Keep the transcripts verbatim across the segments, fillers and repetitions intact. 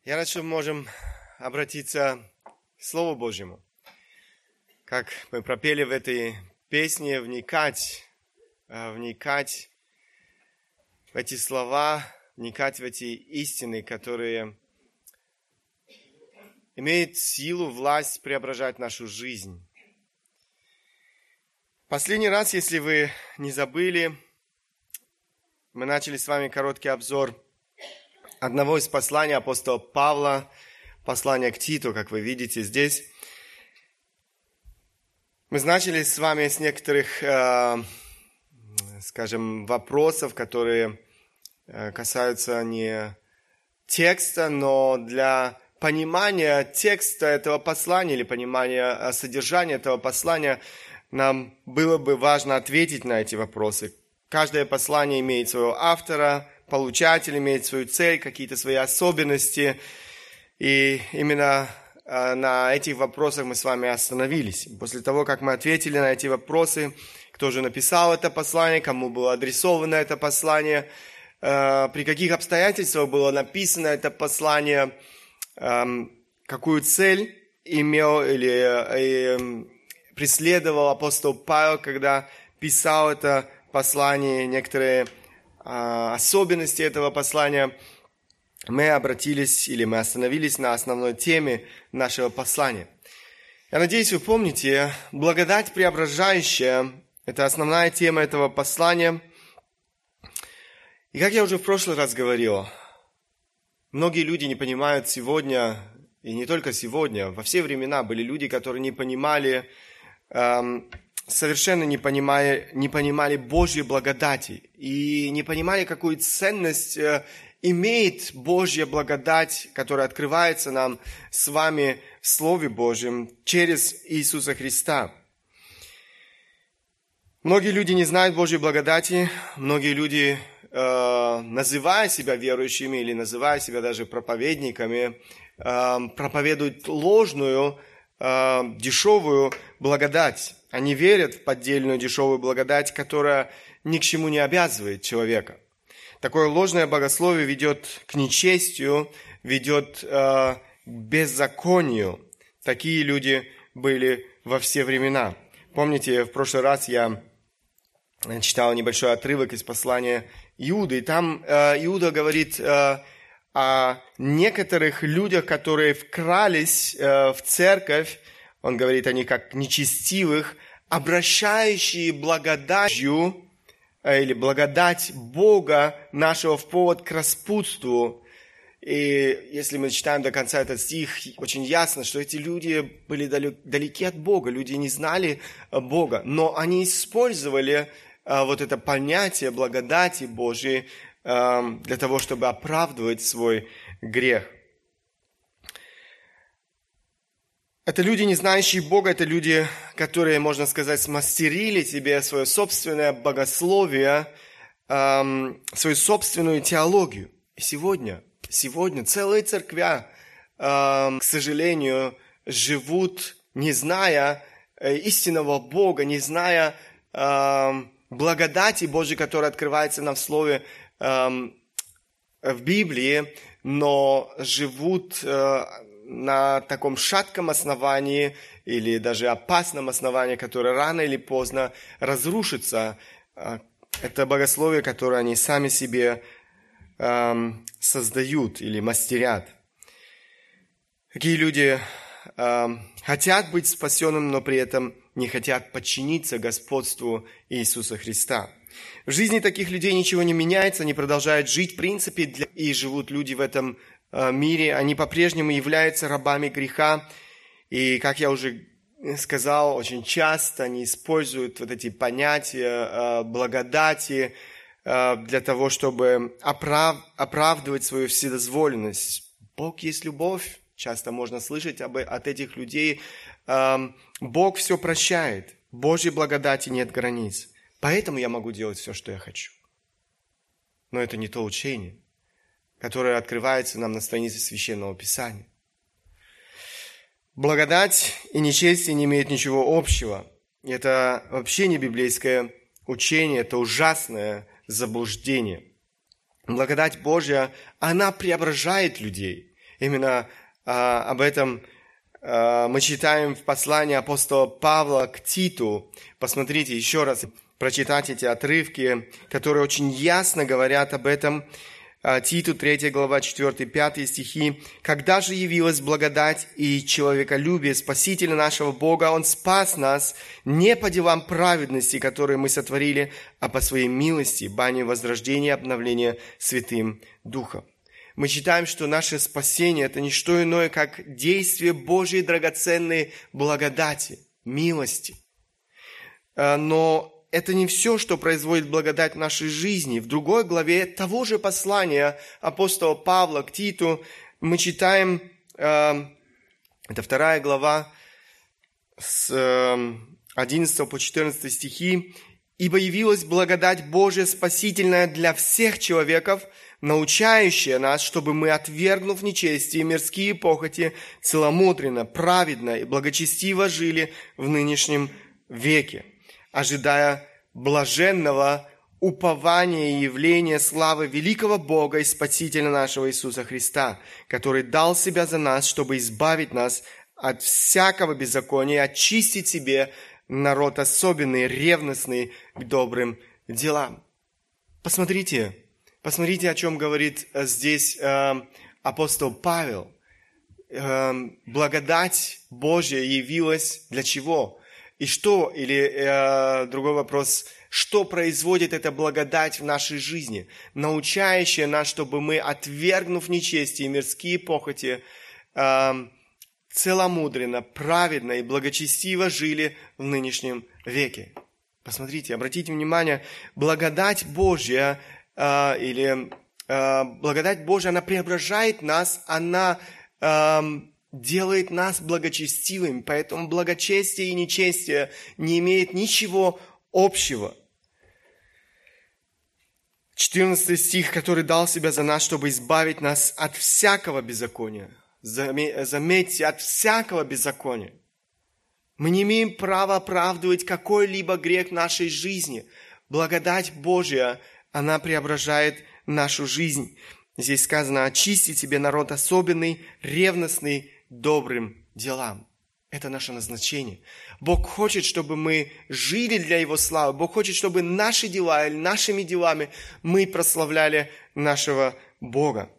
Я рад, что мы можем обратиться к Слову Божьему. Как мы пропели в этой песне, вникать, вникать в эти слова, вникать в эти истины, которые имеют силу, власть преображать нашу жизнь. Последний раз, если вы не забыли, мы начали с вами короткий обзор одного из посланий апостола Павла, послание к Титу, как вы видите здесь. Мы начали с вами с некоторых, э, скажем, вопросов, которые касаются не текста, но для понимания текста этого послания или понимания содержания этого послания нам было бы важно ответить на эти вопросы. Каждое послание имеет своего автора, получатель имеет свою цель, какие-то свои особенности. И именно на этих вопросах мы с вами остановились. После того, как мы ответили на эти вопросы, кто же написал это послание, кому было адресовано это послание, при каких обстоятельствах было написано это послание, какую цель имел или преследовал апостол Павел, когда писал это послание, некоторые особенности этого послания, мы обратились или мы остановились на основной теме нашего послания. Я надеюсь, вы помните, благодать преображающая – это основная тема этого послания. И как я уже в прошлый раз говорил, многие люди не понимают сегодня, и не только сегодня, во все времена были люди, которые не понимали, эм, совершенно не понимали, не понимали Божьей благодати и не понимали, какую ценность э, имеет Божья благодать, которая открывается нам с вами в Слове Божьем через Иисуса Христа. Многие люди не знают Божьей благодати, многие люди, э, называя себя верующими или называя себя даже проповедниками, э, проповедуют ложную, э, дешевую благодать. Они верят в поддельную дешевую благодать, которая ни к чему не обязывает человека. Такое ложное богословие ведет к нечестию, ведет э, к беззаконию. Такие люди были во все времена. Помните, в прошлый раз я читал небольшой отрывок из послания Иуды, и там э, Иуда говорит э, о некоторых людях, которые вкрались э, в церковь. Он говорит о них как нечестивых, обращающие благодатью или благодать Бога нашего в повод к распутству. И если мы читаем до конца этот стих, очень ясно, что эти люди были далеки от Бога, люди не знали Бога, но они использовали вот это понятие благодати Божьей для того, чтобы оправдывать свой грех. Это люди, не знающие Бога, это люди, которые, можно сказать, смастерили себе свое собственное богословие, эм, свою собственную теологию. И сегодня, сегодня целые церквя, эм, к сожалению, живут, не зная э, истинного Бога, не зная эм, благодати Божьей, которая открывается нам в Слове, эм, в Библии, но живут э, на таком шатком основании или даже опасном основании, которое рано или поздно разрушится. Это богословие, которое они сами себе эм, создают или мастерят. Такие люди эм, хотят быть спасенными, но при этом не хотят подчиниться господству Иисуса Христа. В жизни таких людей ничего не меняется, они продолжают жить в принципе, для... и живут люди в этом мире, они по-прежнему являются рабами греха, и, как я уже сказал, очень часто они используют вот эти понятия благодати для того, чтобы оправ... оправдывать свою вседозволенность. Бог есть любовь, часто можно слышать об... от этих людей. Бог все прощает, Божьей благодати нет границ, поэтому я могу делать все, что я хочу. Но это не то учение, которое открывается нам на странице Священного Писания. Благодать и нечестие не имеют ничего общего. Это вообще не библейское учение, это ужасное заблуждение. Благодать Божья, она преображает людей. Именно а, об этом а, мы читаем в послании апостола Павла к Титу. Посмотрите еще раз, прочитать эти отрывки, которые очень ясно говорят об этом. Титу, третья глава, четыре-пять стихи. «Когда же явилась благодать и человеколюбие Спасителя нашего Бога, Он спас нас не по делам праведности, которые мы сотворили, а по Своей милости, бане возрождения и обновления Святым Духом». Мы читаем, что наше спасение – это не что иное, как действие Божьей драгоценной благодати, милости. Но это не все, что производит благодать в нашей жизни. В другой главе того же послания апостола Павла к Титу мы читаем, э, это вторая глава, с э, одиннадцатого по четырнадцатый стихи. «Ибо явилась благодать Божия спасительная для всех человеков, научающая нас, чтобы мы, отвергнув нечестие и мирские похоти, целомудренно, праведно и благочестиво жили в нынешнем веке, ожидая блаженного упования и явления славы великого Бога и Спасителя нашего Иисуса Христа, который дал себя за нас, чтобы избавить нас от всякого беззакония и очистить себе народ особенный, ревностный к добрым делам». Посмотрите, посмотрите, о чем говорит здесь э, апостол Павел. Э, благодать Божья явилась для чего? И что, или э, другой вопрос, что производит эта благодать в нашей жизни, научающая нас, чтобы мы, отвергнув нечестие и мирские похоти, э, целомудренно, праведно и благочестиво жили в нынешнем веке. Посмотрите, обратите внимание, благодать Божья, э, или э, благодать Божья, она преображает нас, она э, делает нас благочестивыми, поэтому благочестие и нечестие не имеют ничего общего. четырнадцатый стих, который дал себя за нас, чтобы избавить нас от всякого беззакония. Заметьте, от всякого беззакония. Мы не имеем права оправдывать какой-либо грех в нашей жизни. Благодать Божья, она преображает нашу жизнь. Здесь сказано: очисти тебе народ особенный, ревностный, добрым делам. Это наше назначение. Бог хочет, чтобы мы жили для Его славы. Бог хочет, чтобы наши дела или нашими делами мы прославляли нашего Бога.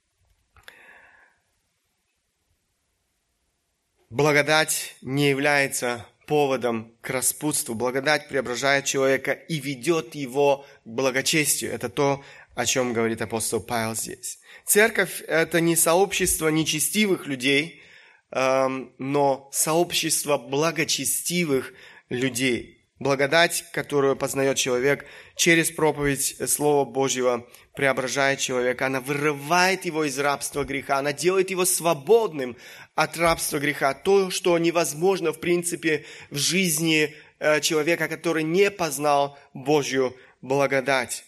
Благодать не является поводом к распутству. Благодать преображает человека и ведет его к благочестию. Это то, о чем говорит апостол Павел здесь. Церковь – это не сообщество нечестивых людей, но сообщество благочестивых людей. Благодать, которую познает человек через проповедь Слова Божьего, преображает человека. Она вырывает его из рабства греха, она делает его свободным от рабства греха. То, что невозможно, в принципе, в жизни человека, который не познал Божью благодать.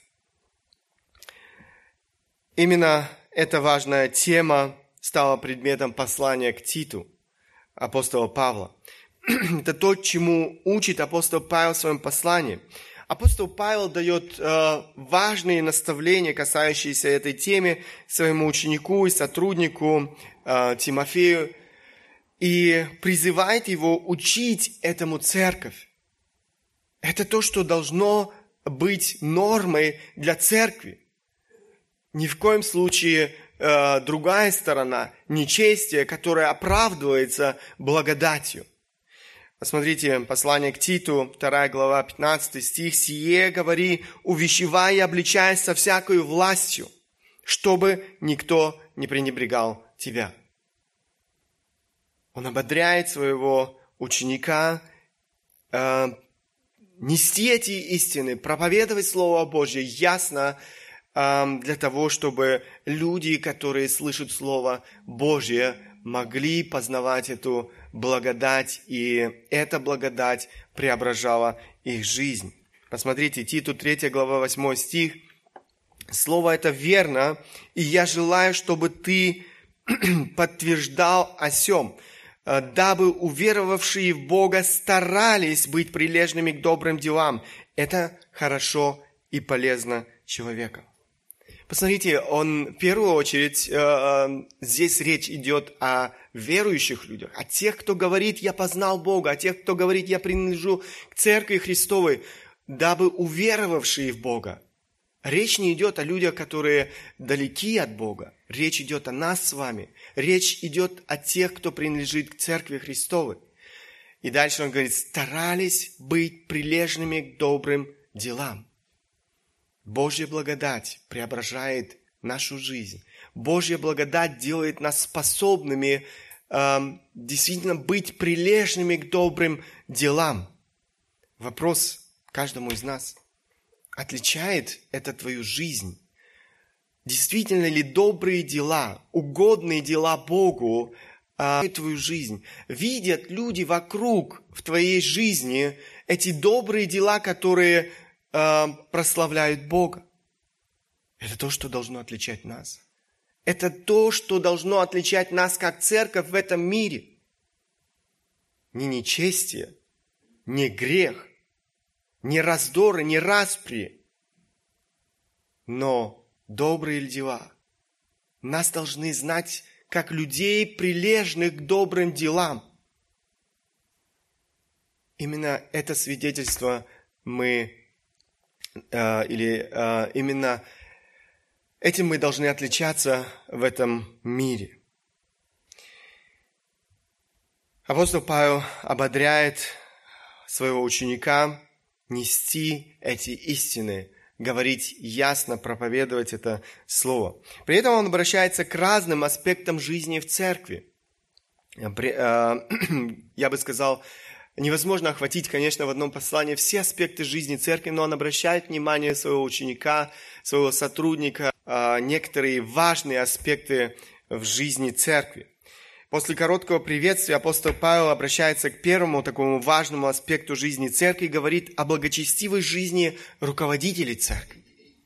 Именно эта важная тема стала предметом послания к Титу, апостола Павла. Это то, чему учит апостол Павел в своем послании. Апостол Павел дает э, важные наставления, касающиеся этой темы, своему ученику и сотруднику э, Тимофею, и призывает его учить этому церковь. Это то, что должно быть нормой для церкви. Ни в коем случае э, другая сторона, нечестие, которое оправдывается благодатью. Посмотрите, послание к Титу, вторая глава, пятнадцатый стих. «Сие говори, увещевай и обличай со всякою властью, чтобы никто не пренебрегал тебя». Он ободряет своего ученика э, нести эти истины, проповедовать Слово Божье ясно, э, для того, чтобы люди, которые слышат Слово Божье, могли познавать эту благодать, и эта благодать преображала их жизнь. Посмотрите, Титу третья глава, восьмой стих. «Слово это верно, и я желаю, чтобы ты подтверждал о сем, дабы уверовавшие в Бога старались быть прилежными к добрым делам». Это хорошо и полезно человеку. Посмотрите, он в первую очередь, э, здесь речь идет о верующих людях, о тех, кто говорит, я познал Бога, о тех, кто говорит, я принадлежу к Церкви Христовой, дабы уверовавшие в Бога. Речь не идет о людях, которые далеки от Бога. Речь идет о нас с вами. Речь идет о тех, кто принадлежит к Церкви Христовой. И дальше он говорит, старались быть прилежными к добрым делам. Божья благодать преображает нашу жизнь. Божья благодать делает нас способными э, действительно быть прилежными к добрым делам. Вопрос каждому из нас. Отличает это твою жизнь? Действительно ли добрые дела, угодные дела Богу э, твою жизнь? Видят люди вокруг в твоей жизни эти добрые дела, которые э, прославляют Бога? Это то, что должно отличать нас. Это то, что должно отличать нас как церковь в этом мире. Не нечестие, не грех, не раздоры, не распри, но добрые дела. Нас должны знать как людей, прилежных к добрым делам. Именно это свидетельство мы, э, или э, именно этим мы должны отличаться в этом мире. Апостол Павел ободряет своего ученика нести эти истины, говорить ясно, проповедовать это слово. При этом он обращается к разным аспектам жизни в церкви. Я бы сказал, невозможно охватить, конечно, в одном послании все аспекты жизни церкви, но он обращает внимание своего ученика, своего сотрудника, некоторые важные аспекты в жизни церкви. После короткого приветствия апостол Павел обращается к первому такому важному аспекту жизни церкви и говорит о благочестивой жизни руководителей церкви.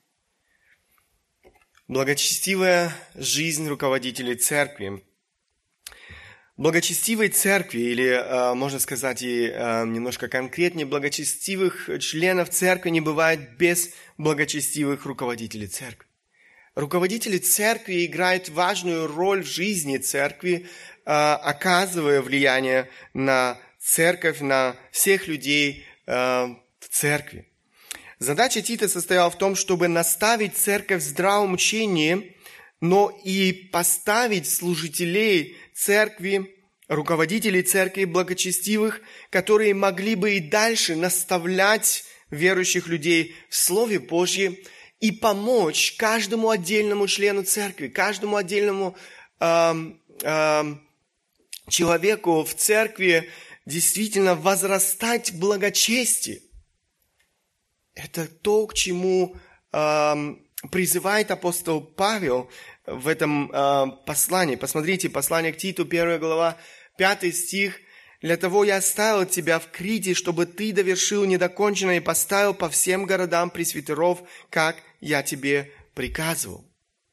Благочестивая жизнь руководителей церкви. Благочестивой церкви, или, можно сказать, и немножко конкретнее, благочестивых членов церкви не бывает без благочестивых руководителей церкви. Руководители церкви играют важную роль в жизни церкви, оказывая влияние на церковь, на всех людей в церкви. Задача Тита состояла в том, чтобы наставить церковь в здравом учении, но и поставить служителей церкви, руководителей церкви благочестивых, которые могли бы и дальше наставлять верующих людей в Слове Божьем и помочь каждому отдельному члену церкви, каждому отдельному э, э, человеку в церкви действительно возрастать в благочестии. Это то, к чему э, призывает апостол Павел в этом э, послании. Посмотрите, послание к Титу, первая глава, пятый стих. «Для того я оставил тебя в Крите, чтобы ты довершил недоконченное и поставил по всем городам пресвитеров, как я тебе приказывал».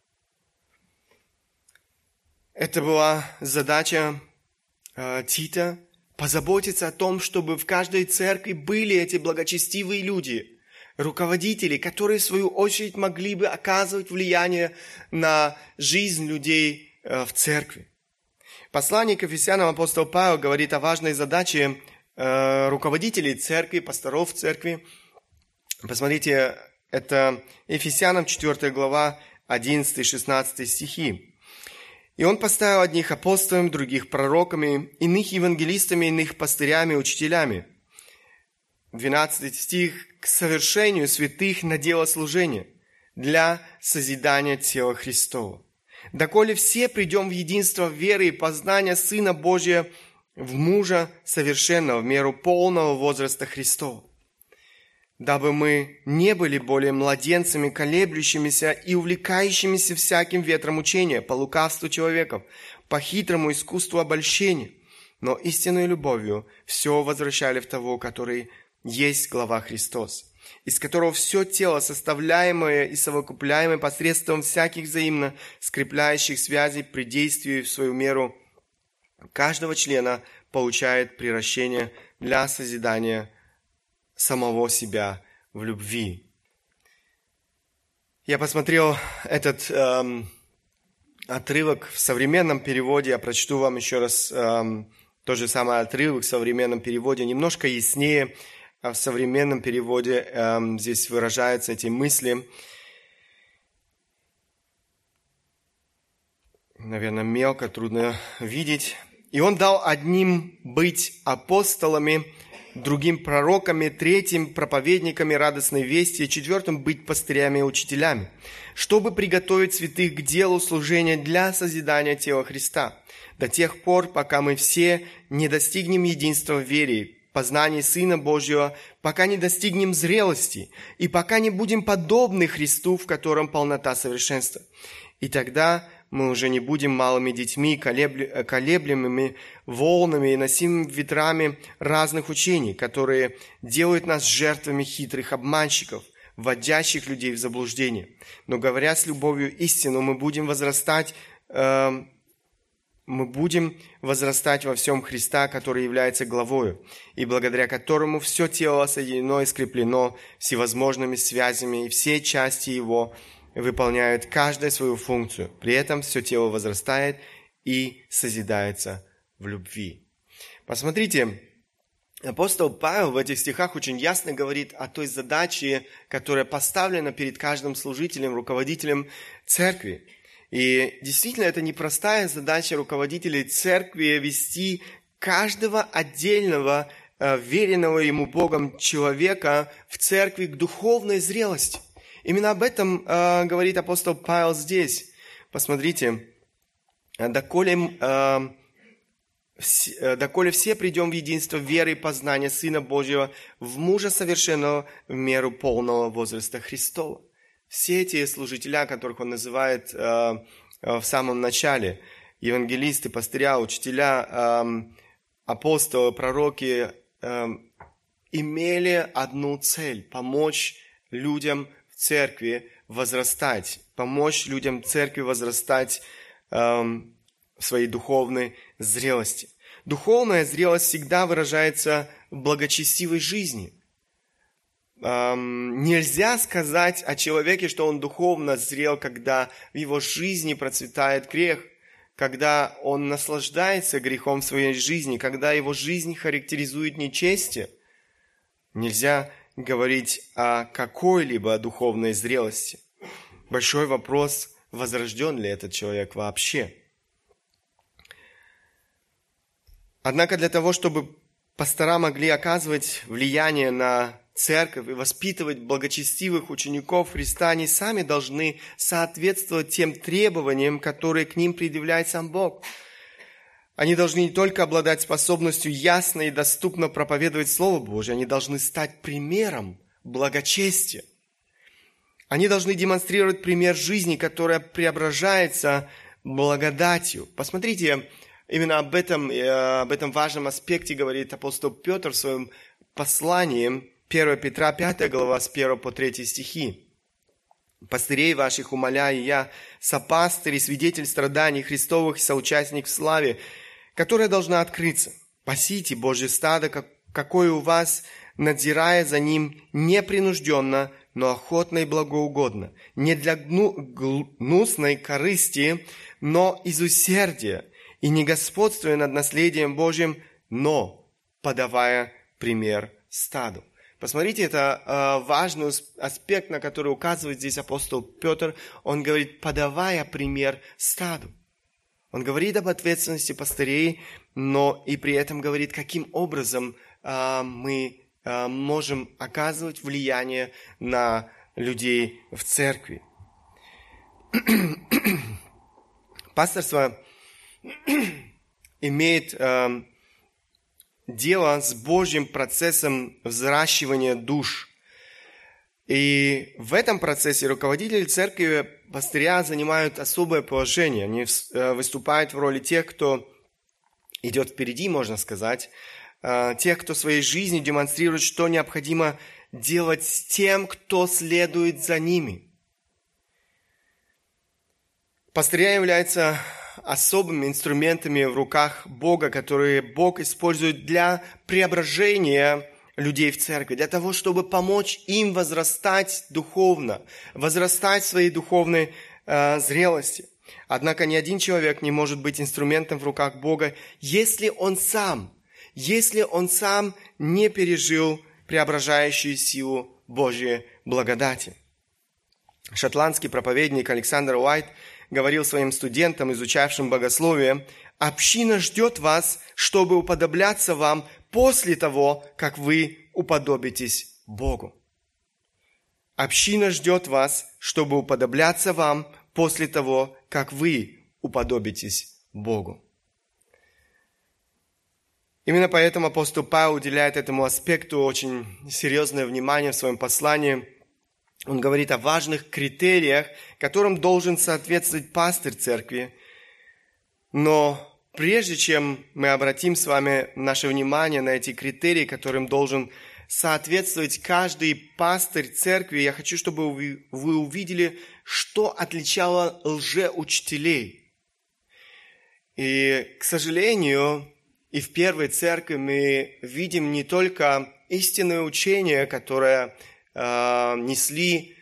Это была задача э, Тита, позаботиться о том, чтобы в каждой церкви были эти благочестивые люди, руководители, которые в свою очередь могли бы оказывать влияние на жизнь людей э, в церкви. Послание к Ефесянам апостол Павел говорит о важной задаче э, руководителей церкви, пасторов церкви. Посмотрите, это Ефесянам четвёртая глава, одиннадцатый-шестнадцатый стихи. «И он поставил одних апостолами, других пророками, иных евангелистами, иных пастырями, учителями». двенадцатый стих. «К совершению святых на дело служения, для созидания тела Христова. Доколе все придем в единство веры и познания Сына Божия, в мужа совершенного, в меру полного возраста Христова. Дабы мы не были более младенцами, колеблющимися и увлекающимися всяким ветром учения, по лукавству человеков, по хитрому искусству обольщения, но истинной любовью все возвращали в того, который есть глава Христос, из которого все тело, составляемое и совокупляемое посредством всяких взаимно скрепляющих связей при действии в свою меру каждого члена, получает приращение для созидания самого себя в любви». Я посмотрел этот эм, отрывок в современном переводе. Я прочту вам еще раз эм, тот же самый отрывок в современном переводе. Немножко яснее в современном переводе эм, здесь выражаются эти мысли. Наверное, мелко, трудно видеть. «И он дал одним быть апостолами, другим пророками, третьим проповедниками радостной вести, четвертым быть пастырями и учителями, чтобы приготовить святых к делу служения для созидания тела Христа, до тех пор, пока мы все не достигнем единства в вере, познании Сына Божьего, пока не достигнем зрелости, и пока не будем подобны Христу, в котором полнота совершенства. И тогда мы уже не будем малыми детьми, колебли, колеблемыми волнами и носимыми ветрами разных учений, которые делают нас жертвами хитрых обманщиков, вводящих людей в заблуждение. Но говоря с любовью истину, мы будем возрастать, э, мы будем возрастать во всем Христа, который является главою, и благодаря которому все тело соединено и скреплено всевозможными связями, и все части его выполняют каждая свою функцию. При этом все тело возрастает и созидается в любви». Посмотрите, апостол Павел в этих стихах очень ясно говорит о той задаче, которая поставлена перед каждым служителем, руководителем церкви. И действительно, это непростая задача руководителей церкви вести каждого отдельного, веренного ему Богом человека в церкви к духовной зрелости. Именно об этом э, говорит апостол Павел здесь. Посмотрите, «Доколе, э, все, доколе все придем в единство веры и познания Сына Божьего, в мужа совершенного в меру полного возраста Христова». Все эти служителя, которых он называет э, в самом начале, евангелисты, пастыря, учителя, э, апостолы, пророки, э, имели одну цель – помочь людям церкви возрастать, помочь людям церкви возрастать эм, в своей духовной зрелости. Духовная зрелость всегда выражается в благочестивой жизни. Эм, нельзя сказать о человеке, что он духовно зрел, когда в его жизни процветает грех, когда он наслаждается грехом в своей жизни, когда его жизнь характеризует нечестие. Нельзя говорить о какой-либо духовной зрелости. Большой вопрос, возрожден ли этот человек вообще. Однако для того, чтобы пастора могли оказывать влияние на церковь и воспитывать благочестивых учеников Христа, они сами должны соответствовать тем требованиям, которые к ним предъявляет сам Бог. Они должны не только обладать способностью ясно и доступно проповедовать Слово Божие, они должны стать примером благочестия. Они должны демонстрировать пример жизни, которая преображается благодатью. Посмотрите, именно об этом, об этом важном аспекте говорит апостол Петр в своем послании, первое Петра, пятая глава, с первого по третий стихи. «Пастырей ваших умоляю я, сопастырь и свидетель страданий Христовых и соучастник в славе, которая должна открыться. Пасите Божье стадо, какое у вас, надзирая за ним непринужденно, но охотно и благоугодно, не для гну, гнусной корысти, но из усердия, и не господствуя над наследием Божьим, но подавая пример стаду». Посмотрите, это э, важный аспект, на который указывает здесь апостол Петр. Он говорит, подавая пример стаду. Он говорит об ответственности пастырей, но и при этом говорит, каким образом э, мы э, можем оказывать влияние на людей в церкви. Пасторство имеет э, дело с Божьим процессом взращивания душ. И в этом процессе руководители церкви, пастыря занимают особое положение. Они выступают в роли тех, кто идет впереди, можно сказать, тех, кто в своей жизни демонстрирует, что необходимо делать с тем, кто следует за ними. Пастыря являются особыми инструментами в руках Бога, которые Бог использует для преображения людей в церкви, для того, чтобы помочь им возрастать духовно, возрастать в своей духовной э, зрелости. Однако ни один человек не может быть инструментом в руках Бога, если он сам, если он сам не пережил преображающую силу Божьей благодати. Шотландский проповедник Александр Уайт говорил своим студентам, изучавшим богословие: «Община ждет вас, чтобы уподобляться вам после того, как вы уподобитесь Богу». Община ждет вас, чтобы уподобляться вам после того, как вы уподобитесь Богу. Именно поэтому апостол Павел уделяет этому аспекту очень серьезное внимание в своем послании. Он говорит о важных критериях, которым должен соответствовать пастырь церкви. Но прежде чем мы обратим с вами наше внимание на эти критерии, которым должен соответствовать каждый пастырь церкви, я хочу, чтобы вы увидели, что отличало лжеучителей. И, к сожалению, и в первой церкви мы видим не только истинное учение, которое э, несли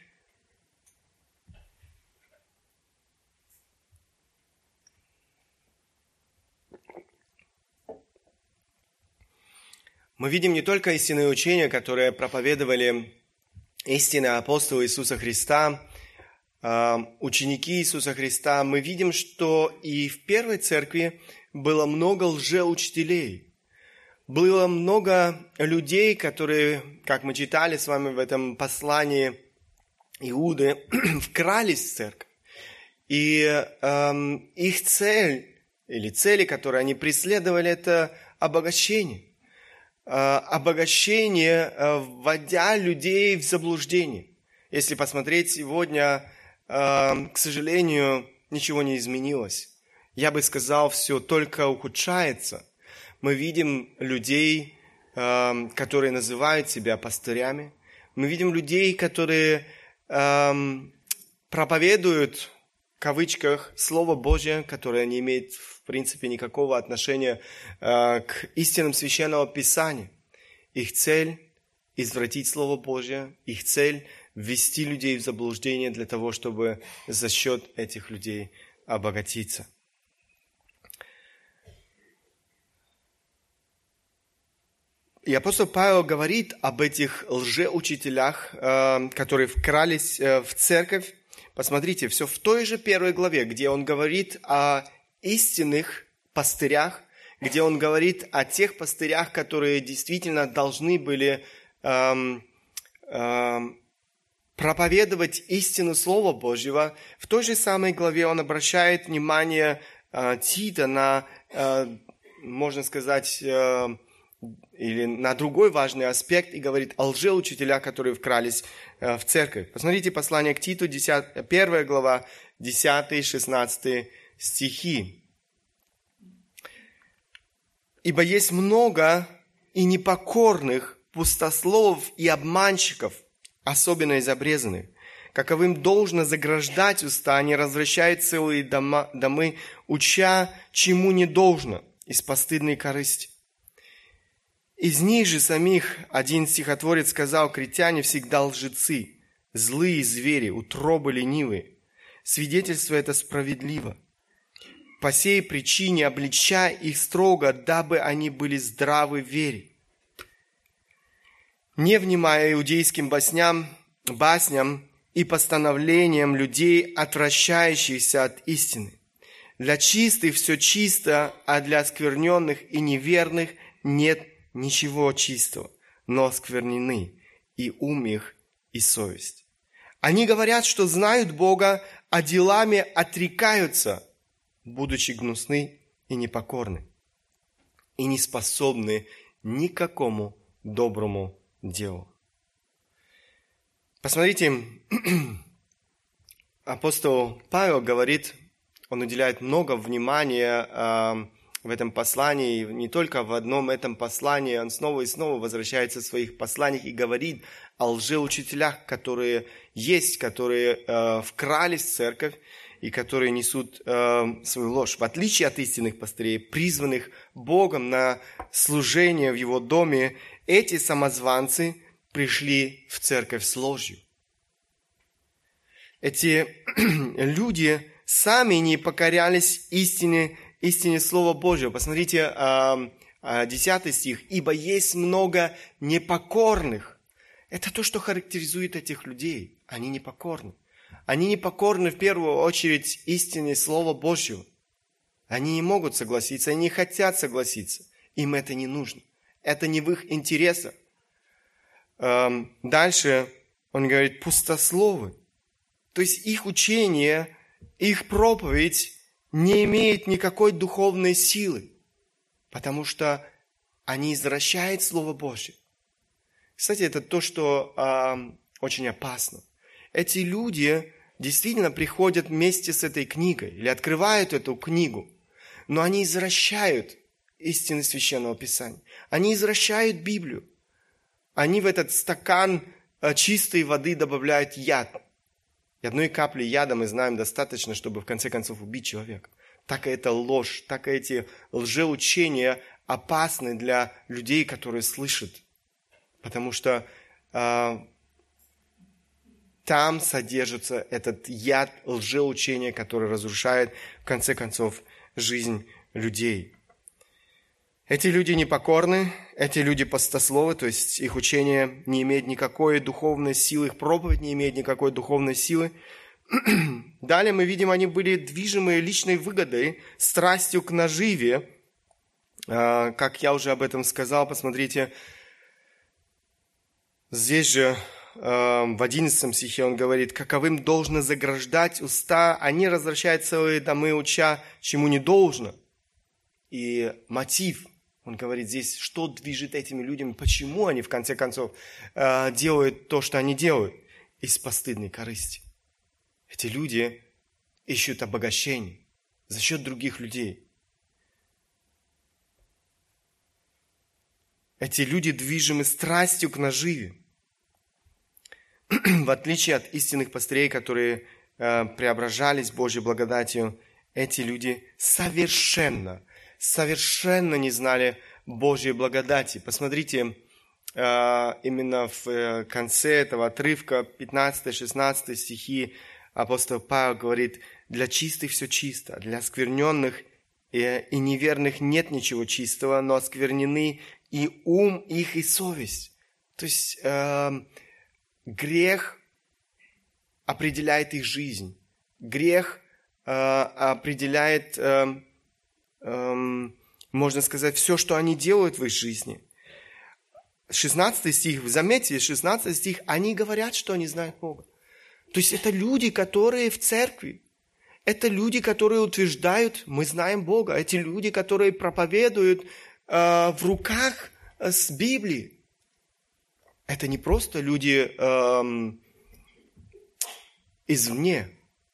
Мы видим не только истинные учения, которые проповедовали истинные апостолы Иисуса Христа, ученики Иисуса Христа. Мы видим, что и в первой церкви было много лжеучителей. Было много людей, которые, как мы читали с вами в этом послании Иуды, вкрались в церковь. И э, их цель, или цели, которые они преследовали, это обогащение. Обогащение, вводя людей в заблуждение. Если посмотреть сегодня, к сожалению, ничего не изменилось. Я бы сказал, все только ухудшается. Мы видим людей, которые называют себя пастырями. Мы видим людей, которые проповедуют, в кавычках, Слово Божье, которое не имеет в принципе никакого отношения э, к истинам Священного Писания. Их цель – извратить Слово Божье, их цель – ввести людей в заблуждение для того, чтобы за счет этих людей обогатиться. И апостол Павел говорит об этих лжеучителях, э, которые вкрались э, в церковь. Посмотрите, все в той же первой главе, где он говорит о истинных пастырях, где он говорит о тех пастырях, которые действительно должны были эм, эм, проповедовать истину Слова Божьего. В той же самой главе он обращает внимание э, Тита на, э, можно сказать, э, или на другой важный аспект и говорит о лжеучителях, которые вкрались э, в церковь. Посмотрите послание к Титу, первая глава, десятый-шестнадцатый стихи. «Ибо есть много и непокорных, пустословов и обманщиков, особенно из обрезанных, каковым должно заграждать уста, они развращают целые дома, домы, уча, чему не должно, из постыдной корысти. Из них же самих один стихотворец сказал: критяне всегда лжецы, злые звери, утробы ленивые. Свидетельство это справедливо. По сей причине обличай их строго, дабы они были здравы в вере. Не внимая иудейским басням, басням и постановлениям людей, отвращающихся от истины. Для чистых все чисто, а для оскверненных и неверных нет ничего чистого, но осквернены и ум их, и совесть. Они говорят, что знают Бога, а делами отрекаются, будучи гнусны и непокорны, и не способны ни к какому доброму делу». Посмотрите, апостол Павел говорит, он уделяет много внимания э, в этом послании, не только в одном этом послании, он снова и снова возвращается в своих посланиях и говорит о лжеучителях, которые есть, которые э, вкрались в церковь. и которые несут э, свою ложь. В отличие от истинных пастырей, призванных Богом на служение в Его доме, эти самозванцы пришли в церковь с ложью. Эти люди сами не покорялись истине, истине Слова Божьего. Посмотрите, десятый стих. «Ибо есть много непокорных». Это то, что характеризует этих людей. Они непокорны. Они непокорны в первую очередь истине Слова Божьего. Они не могут согласиться, они не хотят согласиться. Им это не нужно. Это не в их интересах. Дальше он говорит, пустословы. То есть их учение, их проповедь не имеет никакой духовной силы, потому что они извращают Слово Божье. Кстати, это то, что э, очень опасно. Эти люди действительно приходят вместе с этой книгой или открывают эту книгу, но они извращают истины Священного Писания. Они извращают Библию. Они в этот стакан э, чистой воды добавляют яд. И одной капли яда, мы знаем, достаточно, чтобы в конце концов убить человека. Так и эта ложь, так и эти лжеучения опасны для людей, которые слышат. Потому что э, там содержится этот яд лжеучения, который разрушает, в конце концов, жизнь людей. Эти люди непокорны, эти люди пустословы, то есть их учение не имеет никакой духовной силы, их проповедь не имеет никакой духовной силы. Далее мы видим, они были движимы личной выгодой, страстью к наживе. Как я уже об этом сказал, посмотрите, здесь же в одиннадцатом стихе он говорит, каковым должно заграждать уста, они развращают целые домы, уча, чему не должно. И мотив, он говорит здесь, что движет этими людьми, почему они в конце концов делают то, что они делают, из постыдной корысти. Эти люди ищут обогащение за счет других людей. Эти люди движимы страстью к наживе. В отличие от истинных пастырей, которые э, преображались Божьей благодатью, эти люди совершенно, совершенно не знали Божьей благодати. Посмотрите, э, именно в э, конце этого отрывка, пятнадцатый-шестнадцатый стихи, апостол Павел говорит, для чистых все чисто, для оскверненных и, и неверных нет ничего чистого, но осквернены и ум их, и совесть. То есть э, грех определяет их жизнь. Грех э, определяет, э, э, можно сказать, все, что они делают в их жизни. шестнадцатый стих, заметьте, шестнадцатый стих, они говорят, что они знают Бога. То есть это люди, которые в церкви. Это люди, которые утверждают, мы знаем Бога. Эти люди, которые проповедуют э, в руках э, с Библией. Это не просто люди э, извне.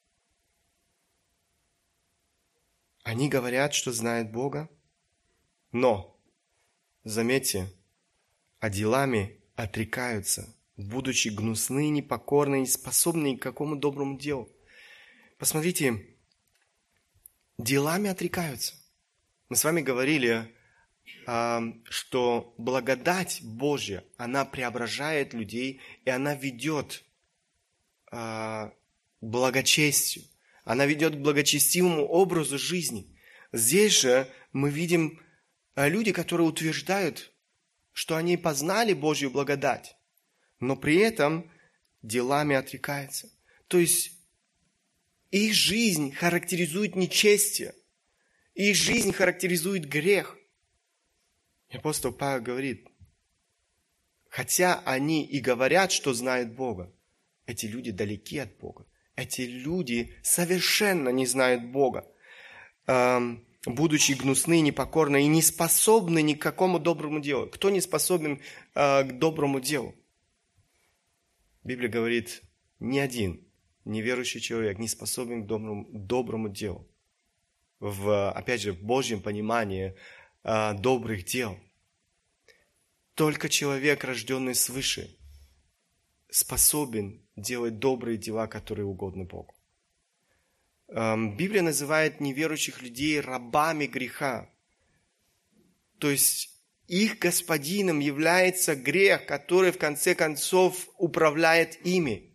Они говорят, что знают Бога, но, заметьте, а делами отрекаются, будучи гнусны, непокорны, не способны к какому доброму делу. Посмотрите, делами отрекаются. Мы с вами говорили, что благодать Божья, она преображает людей, и она ведет к благочестию. Она ведет к благочестивому образу жизни. Здесь же мы видим люди, которые утверждают, что они познали Божью благодать, но при этом делами отрекаются. То есть их жизнь характеризует нечестие, их жизнь характеризует грех. И апостол Павел говорит, хотя они и говорят, что знают Бога, эти люди далеки от Бога. Эти люди совершенно не знают Бога, будучи гнусны, непокорны и не способны ни к какому доброму делу. Кто не способен к доброму делу? Библия говорит, ни один неверующий человек не способен к доброму, доброму делу. В, опять же, в Божьем понимании э, добрых дел. Только человек, рожденный свыше, способен делать добрые дела, которые угодны Богу. Библия называет неверующих людей рабами греха. То есть их господином является грех, который в конце концов управляет ими.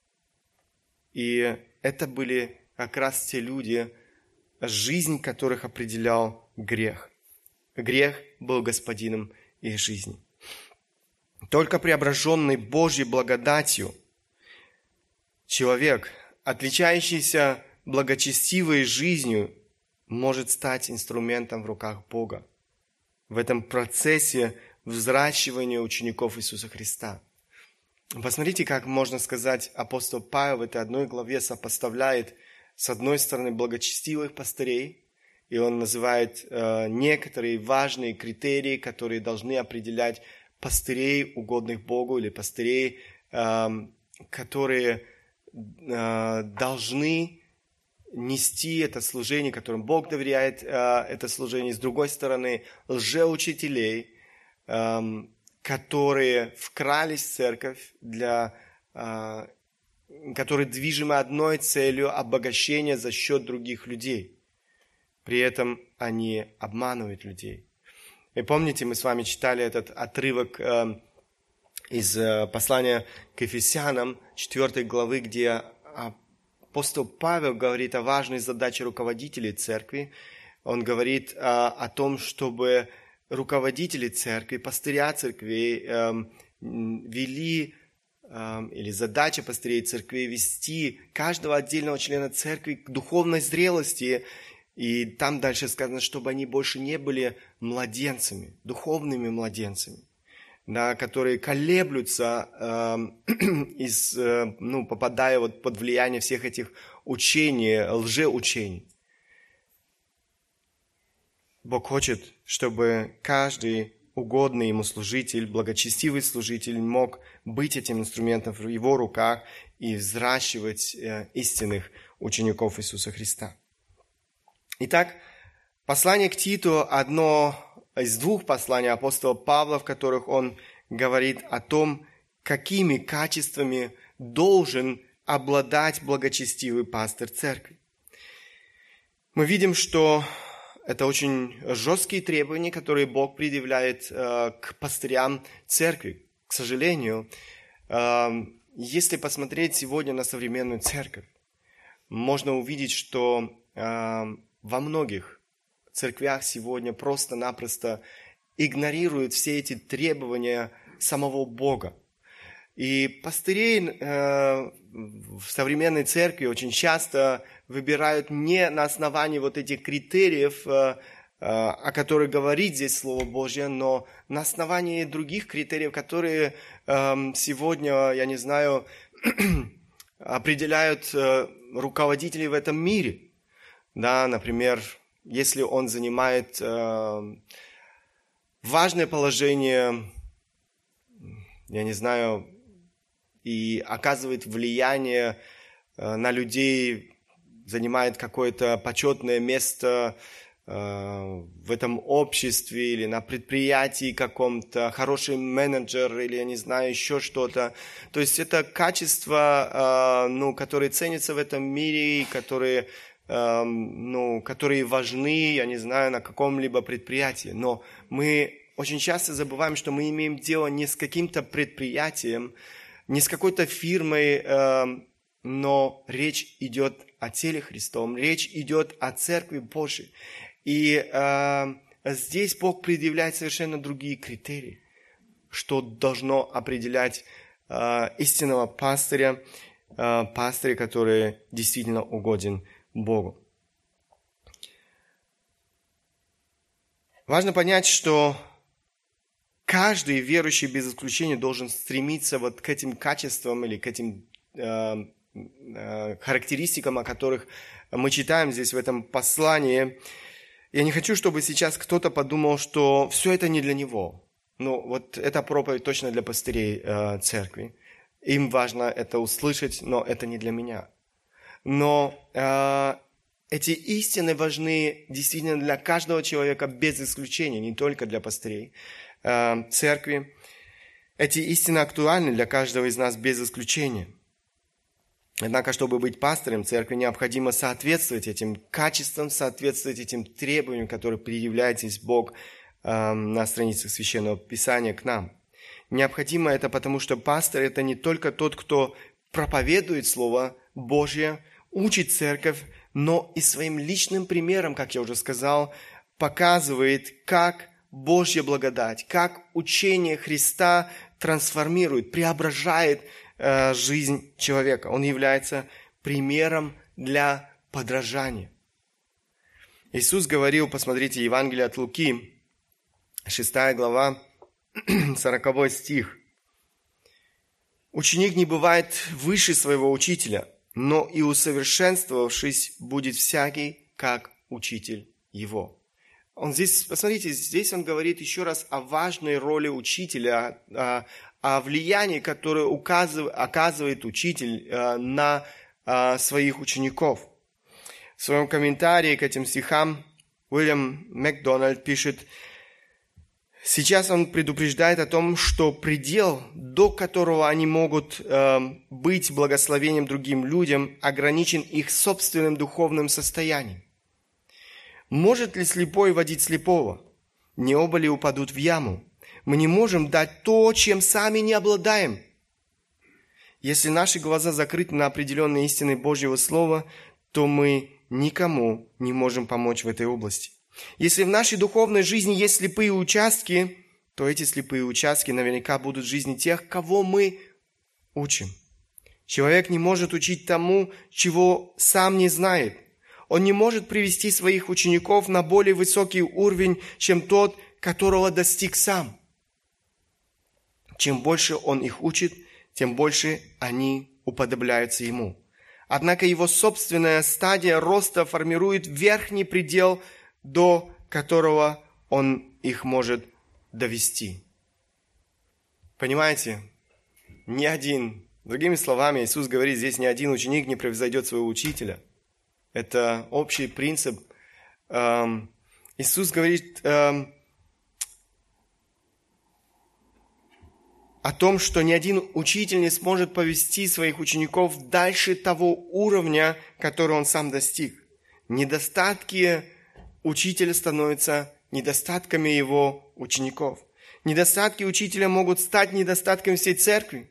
И это были как раз те люди, жизнь которых определял грех. Грех был господином их жизни. Только преображенный Божьей благодатью человек, отличающийся благочестивой жизнью, может стать инструментом в руках Бога в этом процессе взращивания учеников Иисуса Христа. Посмотрите, как можно сказать, апостол Павел в этой одной главе сопоставляет с одной стороны благочестивых пастырей, и он называет э, некоторые важные критерии, которые должны определять пастырей, угодных Богу, или пастырей, э, которые э, должны нести это служение, которым Бог доверяет э, это служение. С другой стороны, лжеучителей, э, которые вкрались в церковь, для, э, которые движимы одной целью обогащения за счет других людей. При этом они обманывают людей. И помните, мы с вами читали этот отрывок э, из э, послания к Ефесянам, четвёртой главы, где апостол Павел говорит о важной задаче руководителей церкви. Он говорит а, о том, чтобы руководители церкви, пастыря церквей э, вели, э, или задача пастырей церкви вести каждого отдельного члена церкви к духовной зрелости. И там дальше сказано, чтобы они больше не были младенцами, духовными младенцами, да, которые колеблются, э, из, э, ну, попадая вот под влияние всех этих учений, лжеучений. Бог хочет, чтобы каждый угодный ему служитель, благочестивый служитель мог быть этим инструментом в его руках и взращивать э, истинных учеников Иисуса Христа. Итак, послание к Титу одно из двух посланий апостола Павла, в которых он говорит о том, какими качествами должен обладать благочестивый пастырь церкви. Мы видим, что это очень жесткие требования, которые Бог предъявляет э, к пастырям церкви. К сожалению, э, если посмотреть сегодня на современную церковь, можно увидеть, что э, во многих церквях сегодня просто-напросто игнорируют все эти требования самого Бога. И пастырей э, в современной церкви очень часто выбирают не на основании вот этих критериев, э, э, о которых говорит здесь Слово Божье, но на основании других критериев, которые э, сегодня, я не знаю, определяют э, руководителей в этом мире. Да, например, если он занимает э, важное положение, я не знаю, и оказывает влияние э, на людей, занимает какое-то почетное место э, в этом обществе или на предприятии каком-то, хороший менеджер или, я не знаю, еще что-то. То есть это качества, э, ну, которые ценятся в этом мире, которые... ну, которые важны, я не знаю, на каком-либо предприятии. Но мы очень часто забываем, что мы имеем дело не с каким-то предприятием, не с какой-то фирмой, но речь идет о теле Христовом, речь идет о Церкви Божьей. И здесь Бог предъявляет совершенно другие критерии, что должно определять истинного пастыря, пастыря, который действительно угоден Богу. Важно понять, что каждый верующий без исключения должен стремиться вот к этим качествам или к этим э, э, характеристикам, о которых мы читаем здесь в этом послании. Я не хочу, чтобы сейчас кто-то подумал, что все это не для него. Ну, вот эта проповедь точно для пастырей э, церкви. Им важно это услышать, но это не для меня. Но э, эти истины важны действительно для каждого человека без исключения, не только для пастырей э, церкви. Эти истины актуальны для каждого из нас без исключения. Однако, чтобы быть пастором церкви, необходимо соответствовать этим качествам, соответствовать этим требованиям, которые предъявляет здесь Бог э, на страницах Священного Писания к нам. Необходимо это потому, что пастор – это не только тот, кто проповедует Слово Божье, учит церковь, но и своим личным примером, как я уже сказал, показывает, как Божья благодать, как учение Христа трансформирует, преображает э, жизнь человека. Он является примером для подражания. Иисус говорил, посмотрите, Евангелие от Луки, шестая глава, сороковой стих. «Ученик не бывает выше своего учителя, но и усовершенствовавшись будет всякий, как учитель его». Он здесь, посмотрите, здесь он говорит еще раз о важной роли учителя, о, о влиянии, которое указывает, оказывает учитель на своих учеников. В своем комментарии к этим стихам Уильям Макдональд пишет: сейчас он предупреждает о том, что предел, до которого они могут э, быть благословением другим людям, ограничен их собственным духовным состоянием. Может ли слепой водить слепого? Не оба ли упадут в яму? Мы не можем дать то, чем сами не обладаем. Если наши глаза закрыты на определенные истины Божьего Слова, то мы никому не можем помочь в этой области. Если в нашей духовной жизни есть слепые участки, то эти слепые участки наверняка будут в жизни тех, кого мы учим. Человек не может учить тому, чего сам не знает. Он не может привести своих учеников на более высокий уровень, чем тот, которого достиг сам. Чем больше он их учит, тем больше они уподобляются ему. Однако его собственная стадия роста формирует верхний предел, до которого он их может довести. Понимаете? Ни один, другими словами, Иисус говорит, здесь ни один ученик не превзойдет своего учителя. Это общий принцип. Иисус говорит о том, что ни один учитель не сможет повести своих учеников дальше того уровня, который он сам достиг. Недостатки учителя становятся недостатками его учеников. Недостатки учителя могут стать недостатками всей церкви.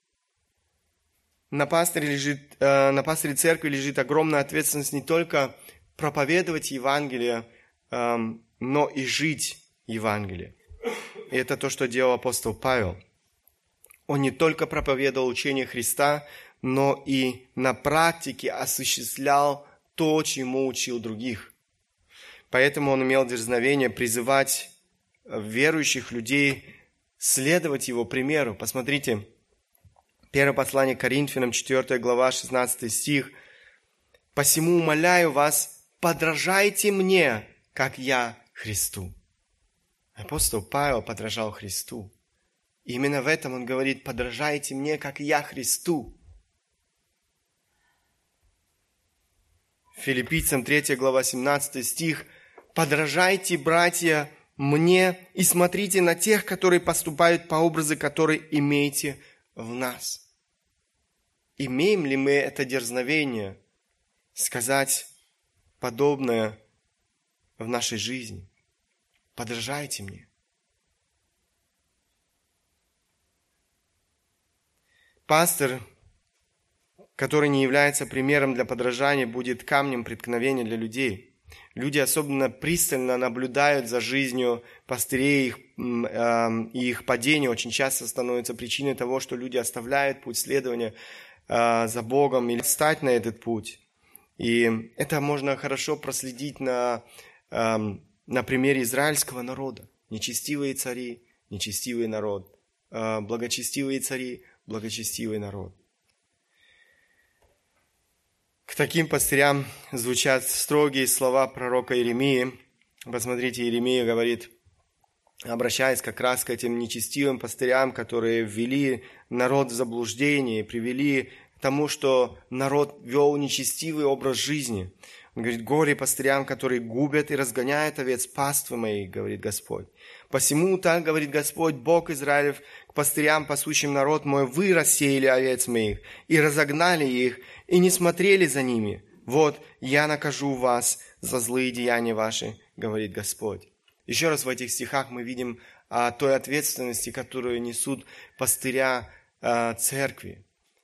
На пасторе, лежит, э, на пасторе церкви лежит огромная ответственность не только проповедовать Евангелие, э, но и жить Евангелие. И это то, что делал апостол Павел. Он не только проповедовал учение Христа, но и на практике осуществлял то, чему учил других. Поэтому он имел дерзновение призывать верующих людей следовать его примеру. Посмотрите, первое послание к Коринфянам, четвёртая глава, шестнадцатый стих. «Посему умоляю вас, подражайте мне, как я Христу». Апостол Павел подражал Христу. И именно в этом он говорит: подражайте мне, как я Христу. Филиппийцам третья глава, семнадцатый стих. «Подражайте, братья, мне и смотрите на тех, которые поступают по образу, который имеете в нас». Имеем ли мы это дерзновение сказать подобное в нашей жизни? Подражайте мне. Пастор, который не является примером для подражания, будет камнем преткновения для людей. Люди особенно пристально наблюдают за жизнью пастырей, их, э, и их падение очень часто становится причиной того, что люди оставляют путь следования э, за Богом или встать на этот путь. И это можно хорошо проследить на, э, на примере израильского народа. Нечестивые цари, нечестивый народ. Э, благочестивые цари, благочестивый народ. К таким пастырям звучат строгие слова пророка Иеремии. Посмотрите, Иеремия говорит, обращаясь как раз к этим нечестивым пастырям, которые ввели народ в заблуждение, привели к тому, что народ вел нечестивый образ жизни. Он говорит, горе пастырям, которые губят и разгоняют овец паствы моей, говорит Господь. Посему так, говорит Господь, Бог Израилев, к пастырям, пасущим народ мой, вы рассеяли овец моих и разогнали их, и не смотрели за ними. Вот, я накажу вас за злые деяния ваши, говорит Господь. Еще раз в этих стихах мы видим о той ответственности, которую несут пастыря э, церкви.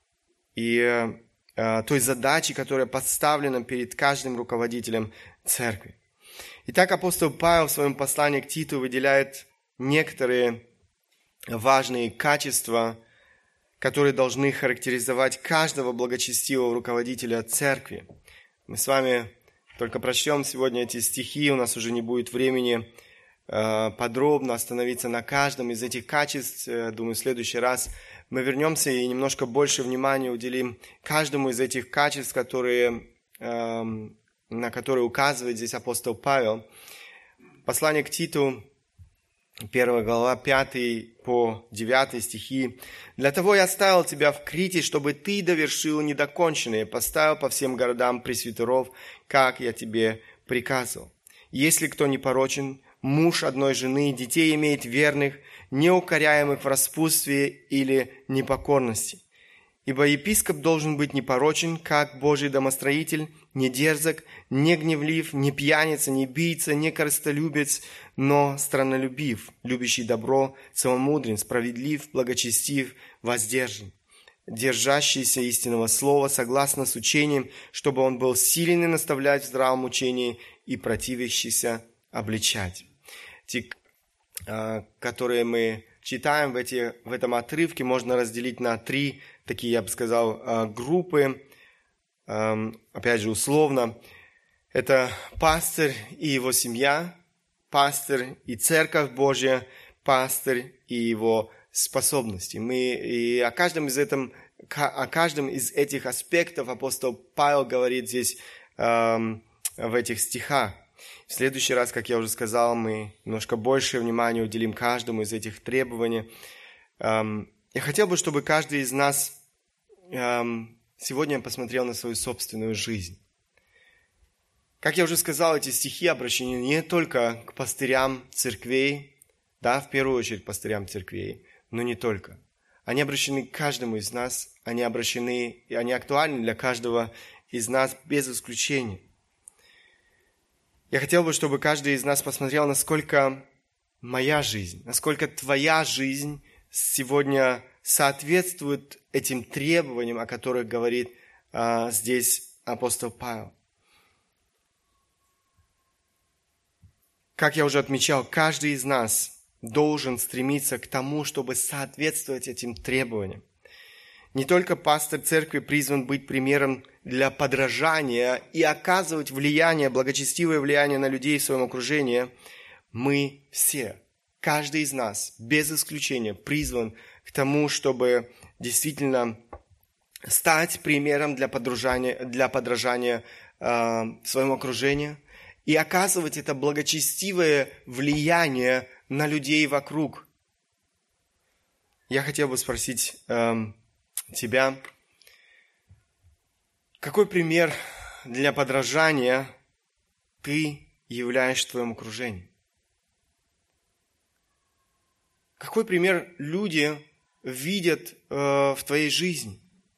И э, той задачи, которая поставлена перед каждым руководителем церкви. Итак, апостол Павел в своем послании к Титу выделяет некоторые важные качества, которые должны характеризовать каждого благочестивого руководителя церкви. Мы с вами только прочтем сегодня эти стихи, у нас уже не будет времени э, подробно остановиться на каждом из этих качеств. Думаю, в следующий раз мы вернемся и немножко больше внимания уделим каждому из этих качеств, которые, э, на которые указывает здесь апостол Павел. Послание к Титу, первая глава, пятый по девятый стихи. «Для того я оставил тебя в Крите, чтобы ты довершил недоконченное, поставил по всем городам пресвитеров, как я тебе приказывал. Если кто непорочен, муж одной жены, детей имеет верных, неукоряемых в распутстве или непокорности. Ибо епископ должен быть непорочен, как Божий домостроитель, не дерзок, не гневлив, не пьяница, не бийца, не корыстолюбец, но страннолюбив, любящий добро, целомудрен, справедлив, благочестив, воздержан, держащийся истинного слова, согласно с учением, чтобы он был силен и наставлять в здравом учении и противящийся обличать». Те, которые мы читаем в, эти, в этом отрывке, можно разделить на три такие, я бы сказал, группы. Опять же, условно. Это пастырь и его семья, пастырь и церковь Божья, пастырь и его способности. Мы и о каждом из, этом, о каждом из этих аспектов апостол Павел говорит здесь в этих стихах. В следующий раз, как я уже сказал, мы немножко больше внимания уделим каждому из этих требований. Я хотел бы, чтобы каждый из нас сегодня посмотрел на свою собственную жизнь. Как я уже сказал, эти стихи обращены не только к пастырям церквей, да, в первую очередь пастырям церквей, но не только. Они обращены к каждому из нас, они обращены, и они актуальны для каждого из нас без исключения. Я хотел бы, чтобы каждый из нас посмотрел, насколько моя жизнь, насколько твоя жизнь сегодня соответствует этим требованиям, о которых говорит а, здесь апостол Павел. Как я уже отмечал, каждый из нас должен стремиться к тому, чтобы соответствовать этим требованиям. Не только пастор церкви призван быть примером для подражания и оказывать влияние, благочестивое влияние на людей в своем окружении. Мы все, каждый из нас, без исключения, призван к тому, чтобы действительно стать примером для подражания, для подражания э, в своем окружении и оказывать это благочестивое влияние на людей вокруг. Я хотел бы спросить э, тебя, какой пример для подражания ты являешь в твоем окружении? Какой пример люди видят э, в твоей жизни?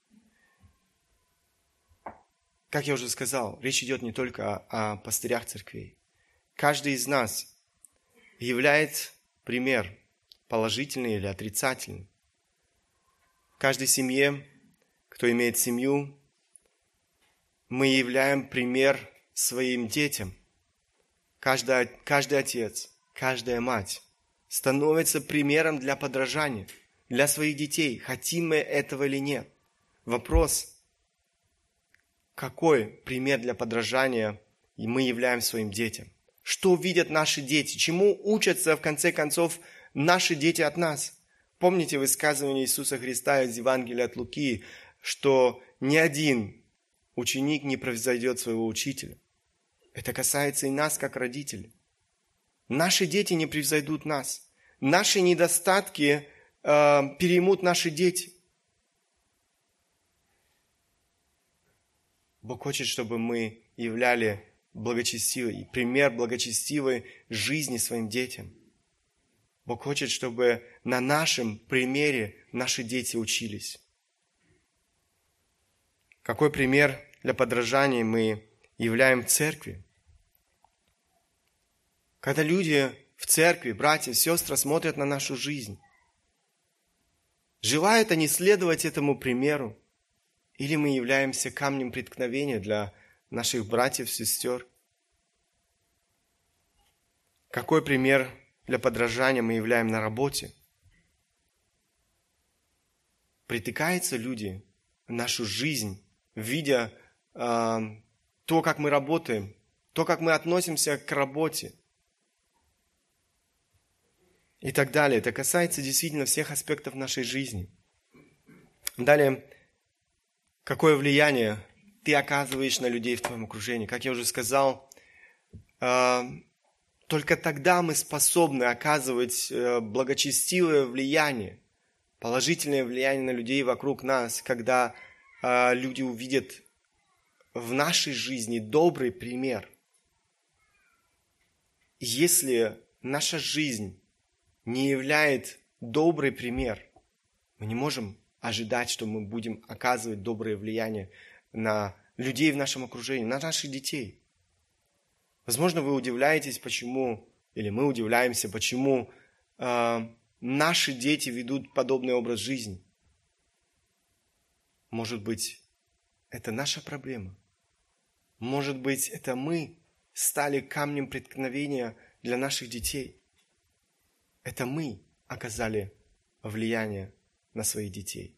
Как я уже сказал, речь идет не только о, о пастырях церквей. Каждый из нас являет пример, положительный или отрицательный. В каждой семье, кто имеет семью, мы являем пример своим детям. Каждый, каждый отец, каждая мать становится примером для подражания, для своих детей, хотим мы этого или нет. Вопрос, какой пример для подражания мы являем своим детям? Что видят наши дети? Чему учатся, в конце концов, наши дети от нас? Помните высказывание Иисуса Христа из Евангелия от Луки, что ни один ученик не превзойдет своего учителя. Это касается и нас, как родителей. Наши дети не превзойдут нас. Наши недостатки э, переймут наши дети. Бог хочет, чтобы мы являли благочестивый, пример благочестивой жизни своим детям. Бог хочет, чтобы на нашем примере наши дети учились. Какой пример для подражания мы являем церкви? Когда люди в церкви, братья, сестры, смотрят на нашу жизнь, желают они следовать этому примеру? Или мы являемся камнем преткновения для наших братьев, сестер? Какой пример для подражания мы являем на работе? Притыкаются люди в нашу жизнь, видя э, то, как мы работаем, то, как мы относимся к работе и так далее. Это касается действительно всех аспектов нашей жизни. Далее, какое влияние ты оказываешь на людей в твоем окружении? Как я уже сказал, э, только тогда мы способны оказывать э, благочестивое влияние, положительное влияние на людей вокруг нас, когда э, люди увидят в нашей жизни добрый пример. Если наша жизнь не является добрый пример, мы не можем ожидать, что мы будем оказывать доброе влияние на людей в нашем окружении, на наших детей. Возможно, вы удивляетесь, почему, или мы удивляемся, почему э, наши дети ведут подобный образ жизни. Может быть, это наша проблема. Может быть, это мы стали камнем преткновения для наших детей. Это мы оказали влияние на своих детей.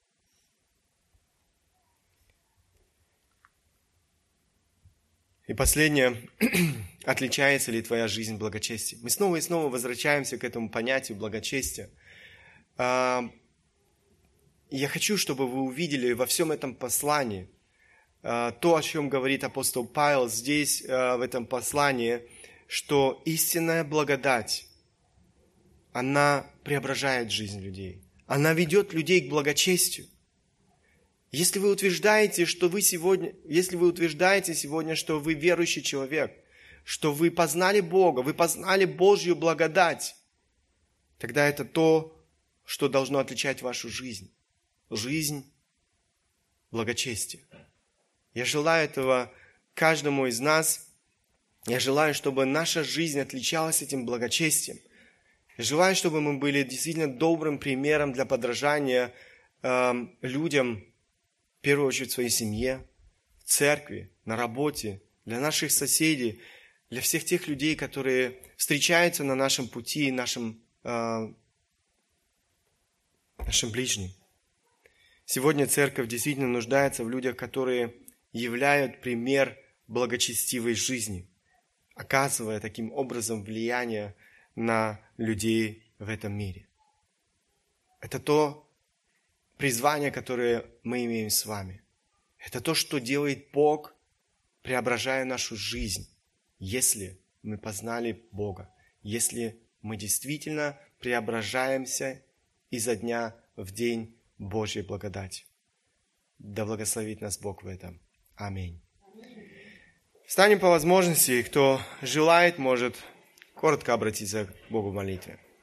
И последнее, отличается ли твоя жизнь благочестием? Мы снова и снова возвращаемся к этому понятию благочестия. Я хочу, чтобы вы увидели во всем этом послании то, о чем говорит апостол Павел здесь, в этом послании, что истинная благодать, она преображает жизнь людей. Она ведет людей к благочестию. Если вы утверждаете, что вы сегодня, если вы утверждаете сегодня, что вы верующий человек, что вы познали Бога, вы познали Божью благодать, тогда это то, что должно отличать вашу жизнь. Жизнь благочестия. Я желаю этого каждому из нас. Я желаю, чтобы наша жизнь отличалась этим благочестием. Я желаю, чтобы мы были действительно добрым примером для подражания э, людям, в первую очередь в своей семье, в церкви, на работе, для наших соседей, для всех тех людей, которые встречаются на нашем пути, нашим, э, нашим ближним. Сегодня церковь действительно нуждается в людях, которые являют пример благочестивой жизни, оказывая таким образом влияние на людей в этом мире. Это то призвание, которое мы имеем с вами. Это то, что делает Бог, преображая нашу жизнь, если мы познали Бога, если мы действительно преображаемся изо дня в день Божьей благодати. Да благословит нас Бог в этом. Аминь. Встанем по возможности, кто желает, может коротко обратиться к Богу в молитве.